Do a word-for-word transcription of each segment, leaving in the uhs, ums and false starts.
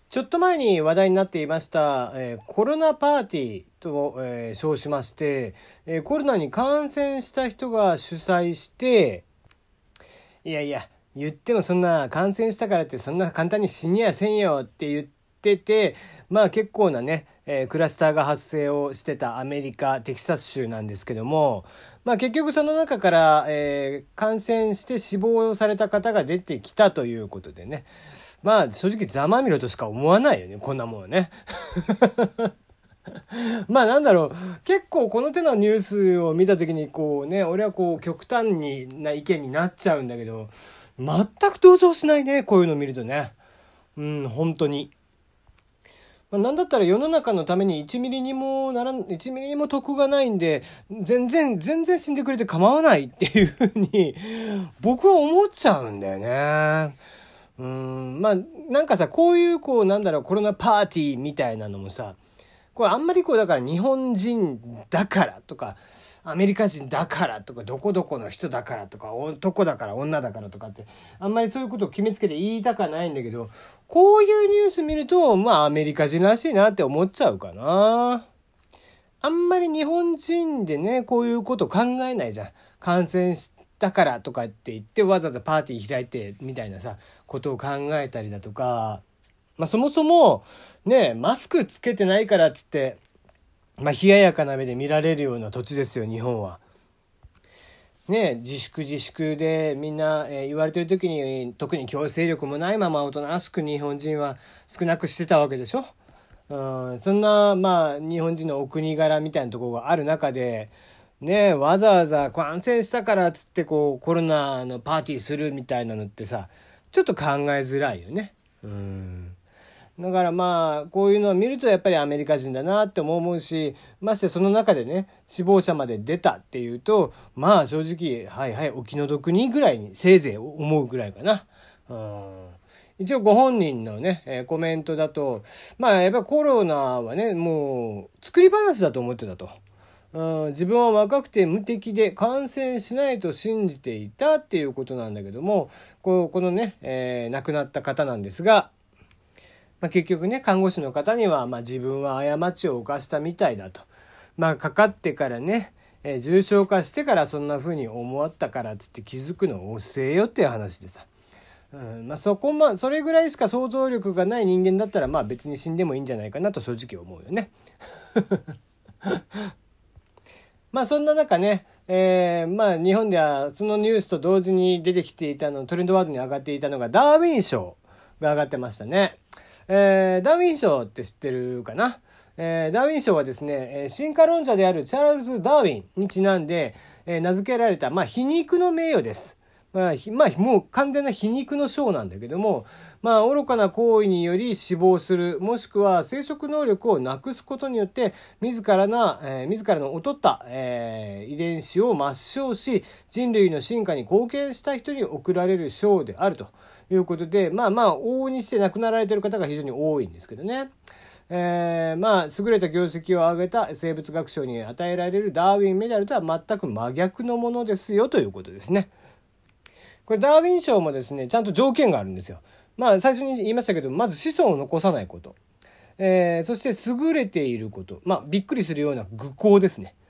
ちょっと前に話題になっていました、えーコロナパーティーと、えー称しまして、えーコロナに感染した人が主催して、いやいや、言ってもそんな感染したからってそんな簡単に死にやせんよって言ってて、まあ結構なね、えークラスターが発生をしてたアメリカ・テキサス州なんですけども、まあ結局その中から、えー感染して死亡された方が出てきたということでね、まあ正直ざまみろとしか思わないよね、こんなもんはね。まあなんだろう、結構この手のニュースを見た時にこうね、俺はこう極端にな意見になっちゃうんだけど、全く同情しないね、こういうの見るとね。うん、本当に。まあ、なんだったら世の中のためにいちミリにもならん、いちミリにも得がないんで、全然、全然死んでくれて構わないっていうふうに、僕は思っちゃうんだよね。うん、まあ、なんかさ、こういう、こう、なんだろう、コロナパーティーみたいなのもさ、これあんまりこう、だから日本人だからとか、アメリカ人だからとか、どこどこの人だからとか、男だから女だからとかって、あんまりそういうことを決めつけて言いたくはないんだけど、こういうニュース見ると、まあアメリカ人らしいなって思っちゃうかな。あんまり日本人でね、こういうこと考えないじゃん。感染したからとかって言ってわざわざパーティー開いてみたいなさ、ことを考えたりだとか、まあそもそもね、マスクつけてないからっつって、まあ冷ややかな目で見られるような土地ですよ、日本は。ね、自粛自粛でみんな、えー言われてる時に特に強制力もないままおとなしく日本人は少なくしてたわけでしょ。うん、そんなまあ日本人のお国柄みたいなところがある中でね、わざわざ感染したからっつってこうコロナのパーティーするみたいなのってさ、ちょっと考えづらいよね。うん。だからまあこういうのを見るとやっぱりアメリカ人だなって思うし、ましてその中でね死亡者まで出たっていうと、まあ正直はいはいお気の毒にぐらいにせいぜい思うぐらいかな。うん、一応ご本人のね、えーコメントだと、まあやっぱコロナはねもう作り話だと思ってたと。うん、自分は若くて無敵で感染しないと信じていたっていうことなんだけども、こうこのね、えー亡くなった方なんですが、まあ、結局ね看護師の方には、まあ、自分は過ちを犯したみたいだと、まあ、かかってからね、えー重症化してからそんな風に思ったからっつって気づくのを遅えよっていう話でさ、うんまあ、そこまそれぐらいしか想像力がない人間だったらまあ別に死んでもいいんじゃないかなと正直思うよね。まあそんな中ね、えー、まあ日本ではそのニュースと同時に出てきていたの、トレンドワードに上がっていたのがダーウィン賞が上がってましたね。えー、ダーウィン賞って知ってるかな。えー、ダーウィン賞はですね、えー進化論者であるチャールズ・ダーウィンにちなんで、えー名付けられた、まあ皮肉の名誉です。まあ、まあ、もう完全な皮肉の賞なんだけども、まあ、愚かな行為により死亡する、もしくは生殖能力をなくすことによって、自らな、えー自らの劣った、えー遺伝子を抹消し、人類の進化に貢献した人に贈られる賞であるということで、まあまあ、往々にして亡くなられている方が非常に多いんですけどね。えー、まあ優れた業績を上げた生物学賞に与えられるダーウィンメダルとは全く真逆のものですよということですね。これダーウィン賞もですねちゃんと条件があるんですよ。まあ最初に言いましたけど、まず子孫を残さないこと、えー、そして優れていること、まあびっくりするような愚行ですね。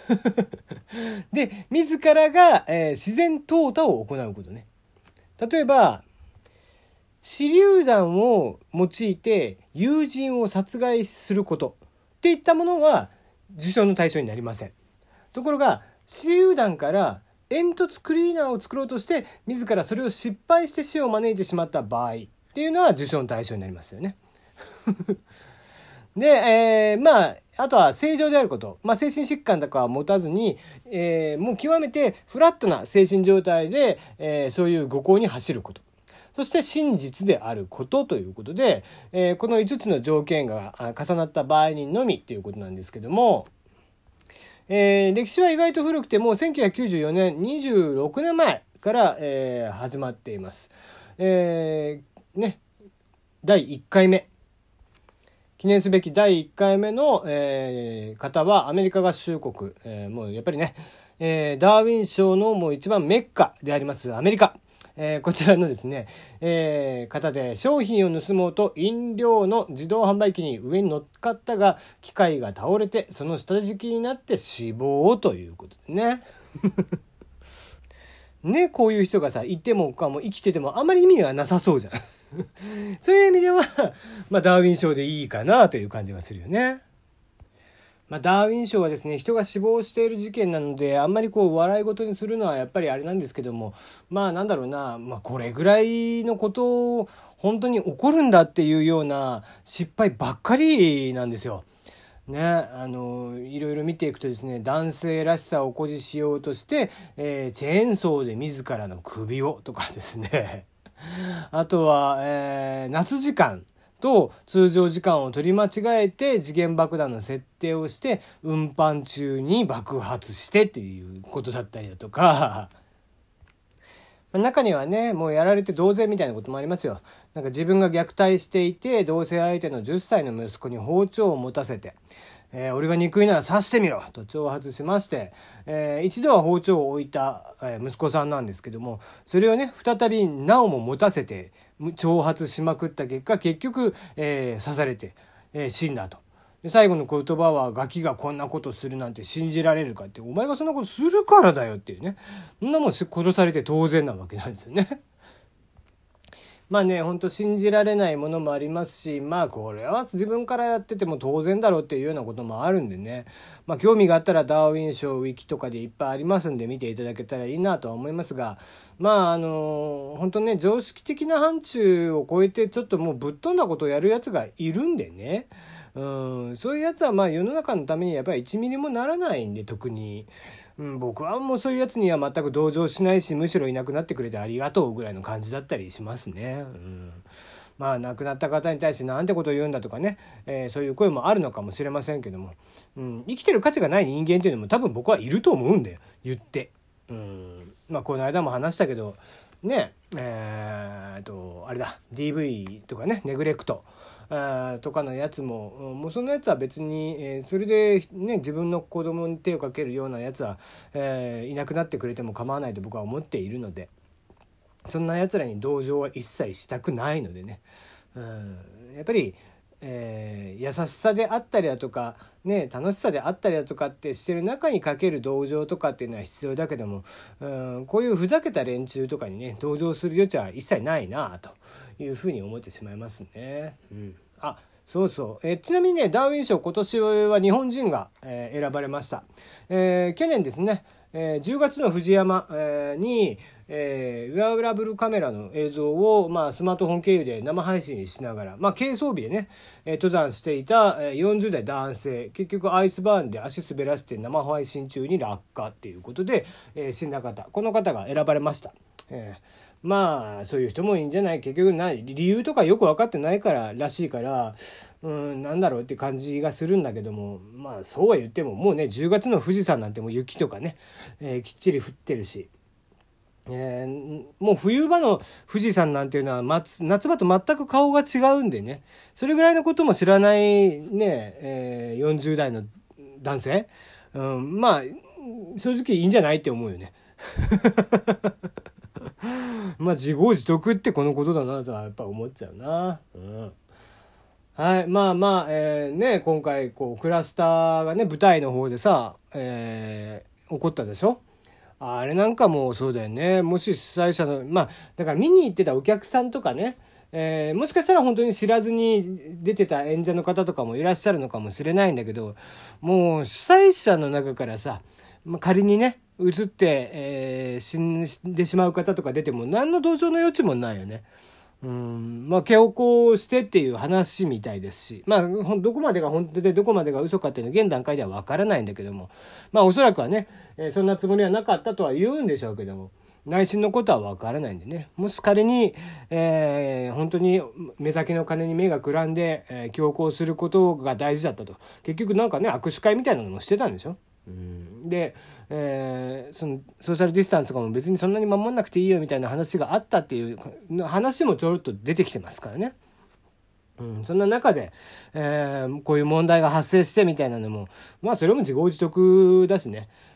で自らが、えー自然淘汰を行うことね。例えば手榴弾を用いて友人を殺害することっていったものは受賞の対象になりません。ところが手榴弾から煙突クリーナーを作ろうとして自らそれを失敗して死を招いてしまった場合っていうのは受賞の対象になりますよね。で、えー、まああとは正常であること、まあ、精神疾患とかは持たずに、えー、もう極めてフラットな精神状態で、えー、そういう誤行に走ること、そして真実であることということで、えー、このいつつの条件が重なった場合にのみということなんですけども、えー、歴史は意外と古くてもうせんきゅうひゃくきゅうじゅうよねんにじゅうろくねんまえから、えー、始まっています。えー、ね、だいいっかいめ記念すべきだいいっかいめの、えー、方はアメリカ合衆国、えー、もうやっぱりね、えー、ダーウィン賞のもう一番メッカでありますアメリカ、 えー、こちらのですね、えー、方で商品を盗もうと飲料の自動販売機に上に乗っかったが機械が倒れてその下敷きになって死亡ということでねね、こういう人がさいてもかも生きててもあんまり意味がなさそうじゃんそういう意味では、まあ、ダーウィン賞でいいかなという感じがするよね。まあ、ダーウィン賞はですね人が死亡している事件なのであんまりこう笑い事にするのはやっぱりあれなんですけども、まあなんだろうな、まあ、これぐらいのことを本当に起こるんだっていうような失敗ばっかりなんですよ。ね、あのいろいろ見ていくとですね男性らしさを誇示しようとして、えー、チェーンソーで自らの首をとかですねあとは、えー、夏時間と通常時間を取り間違えて時限爆弾の設定をして運搬中に爆発してっていうことだったりだとか中にはねもうやられて同然みたいなこともありますよ。なんか自分が虐待していて同性相手のじゅっさいの息子に包丁を持たせて、えー、俺が憎いなら刺してみろと挑発しまして、えー、一度は包丁を置いた、えー、息子さんなんですけどもそれをね再びなおも持たせて挑発しまくった結果結局、えー、刺されて、えー、死んだと。で最後の言葉はガキがこんなことするなんて信じられるかってお前がそんなことするからだよっていうねそんなもん殺されて当然なわけなんですよねまあね本当信じられないものもありますしまあこれは自分からやってても当然だろうっていうようなこともあるんでねまあ興味があったらダーウィン賞ウィキとかでいっぱいありますんで見ていただけたらいいなとは思いますがまああの本当ね常識的な範疇を超えてちょっともうぶっ飛んだことをやるやつがいるんでねうん、そういうやつはまあ世の中のためにやっぱりいちミリもならないんで特に、うん、僕はもうそういうやつには全く同情しないしむしろいなくなってくれてありがとうぐらいの感じだったりしますね。うん、まあ亡くなった方に対してなんてことを言うんだとかね、えー、そういう声もあるのかもしれませんけども、うん、生きてる価値がない人間っていうのも多分僕はいると思うんだよ言って。うん、まあこの間も話したけどねえー、っとあれだ ディーブイ とかねネグレクトとかのやつももうそのやつは別に、えー、それでね自分の子供に手をかけるようなやつは、えー、いなくなってくれても構わないと僕は思っているのでそんなやつらに同情は一切したくないのでね、うん、やっぱり、えー、優しさであったりだとか、ね、楽しさであったりだとかってしてる中にかける同情とかっていうのは必要だけども、うん、こういうふざけた連中とかにね同情する余地は一切ないなというふうに思ってしまいますね。うん、あそうそう、えー、ちなみにねダーウィン賞今年は日本人が、えー、選ばれました。えー、去年ですね、えー、じゅうがつの藤山、えー、に、えー、ウェアラブルカメラの映像を、まあ、スマートフォン経由で生配信しながら、まあ、軽装備でね、えー、登山していた、えー、よんじゅう代男性結局アイスバーンで足滑らせて生配信中に落下っていうことで、えー、死んだ方この方が選ばれました。えー、まあそういう人もいいんじゃない結局ない理由とかよく分かってないかららしいからうんなんだろうって感じがするんだけどもまあそうは言ってももうねじゅうがつの富士山なんてもう雪とかね、えー、きっちり降ってるし、えー、もう冬場の富士山なんていうのは夏場と全く顔が違うんでねそれぐらいのことも知らないね、えー、よんじゅう代の男性、うん、まあ正直いいんじゃないって思うよねまあ自業自得ってこのことだなとはやっぱ思っちゃうな。うん、はいまあまあ、えー、ね今回こうクラスターがね舞台の方でさ、えー、起こったでしょ。あれなんかもそうだよね。もし主催者のまあだから見に行ってたお客さんとかね、えー、もしかしたら本当に知らずに出てた演者の方とかもいらっしゃるのかもしれないんだけどもう主催者の中からさ、まあ、仮にね映って、えー、死んでしまう方とか出ても何の同情の余地もないよね。うんまあ強行してっていう話みたいですしまあどこまでが本当でどこまでが嘘かっていうのは現段階では分からないんだけどもまあおそらくはね、えー、そんなつもりはなかったとは言うんでしょうけども内心のことは分からないんでねもし仮に、えー、本当に目先の金に目がくらんで、えー、強行することが大事だったと結局なんかね握手会みたいなのもしてたんでしょ。うんで、えー、そのソーシャルディスタンスとかも別にそんなに守んなくていいよみたいな話があったっていう話もちょろっと出てきてますからね。うん、そんな中で、えー、こういう問題が発生してみたいなのもまあそれも自業自得だしね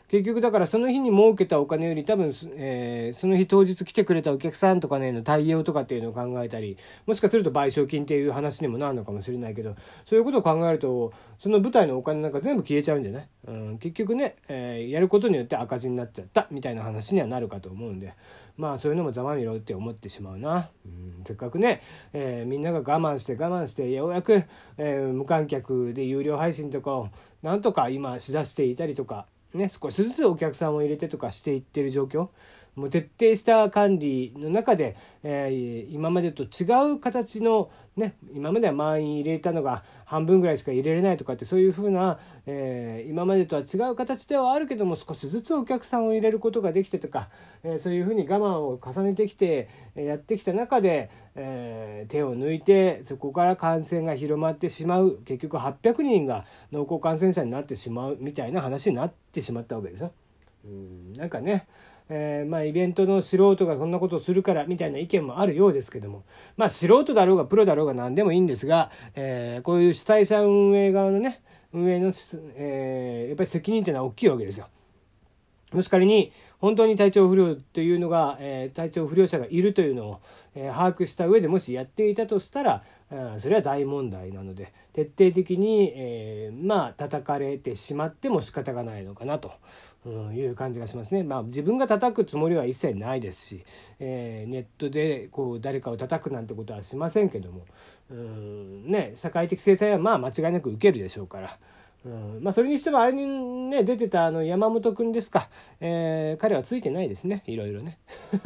結局だからその日に儲けたお金より多分、えー、その日当日来てくれたお客さんとかねの対応とかっていうのを考えたり、もしかすると賠償金っていう話にもなるのかもしれないけど、そういうことを考えるとその舞台のお金なんか全部消えちゃうんでね、うん、結局ね、えー、やることによって赤字になっちゃったみたいな話にはなるかと思うんで、まあそういうのもざまみろって思ってしまうな、うん、せっかくね、えー、みんなが我慢して我慢してようやく、えー、無観客で有料配信とかをなんとか今しだしていたりとかね、少しずつお客さんを入れてとかしていってる状況、もう徹底した管理の中で、えー、今までと違う形のね、今までは満員入れたのが半分ぐらいしか入れれないとかって、そういうふうな、えー、今までとは違う形ではあるけども少しずつお客さんを入れることができてとか、えー、そういうふうに我慢を重ねてきてやってきた中で、えー、手を抜いてそこから感染が広まってしまう、結局はっぴゃくにんが濃厚感染者になってしまうみたいな話になってしまったわけでしょ。うんなんかね、えー、まあイベントの素人がそんなことをするからみたいな意見もあるようですけども、まあ素人だろうがプロだろうが何でもいいんですが、えー、こういう主催者運営側のね運営の、えー、やっぱり責任っていうのは大きいわけですよ。もし仮に本当に体調不良というのが、えー、体調不良者がいるというのを、えー、把握した上でもしやっていたとしたら、うん、それは大問題なので徹底的に、えー、まあ叩かれてしまっても仕方がないのかなと、うん、いう感じがしますね。まあ自分が叩くつもりは一切ないですし、えー、ネットでこう誰かを叩くなんてことはしませんけども、うんね、社会的制裁はまあ間違いなく受けるでしょうから。うんまあ、それにしてもあれにね出てたあの山本くんですか、えー、彼はついてないですね、いろいろね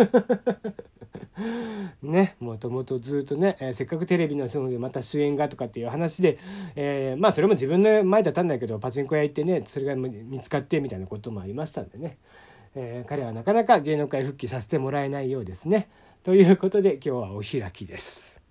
ね、もともとずっとね、えー、せっかくテレビの人でまた主演がとかっていう話で、えー、まあそれも自分の前だったんだけどパチンコ屋行ってねそれが見つかってみたいなこともありましたんでね、えー、彼はなかなか芸能界復帰させてもらえないようですね。ということで今日はお開きです。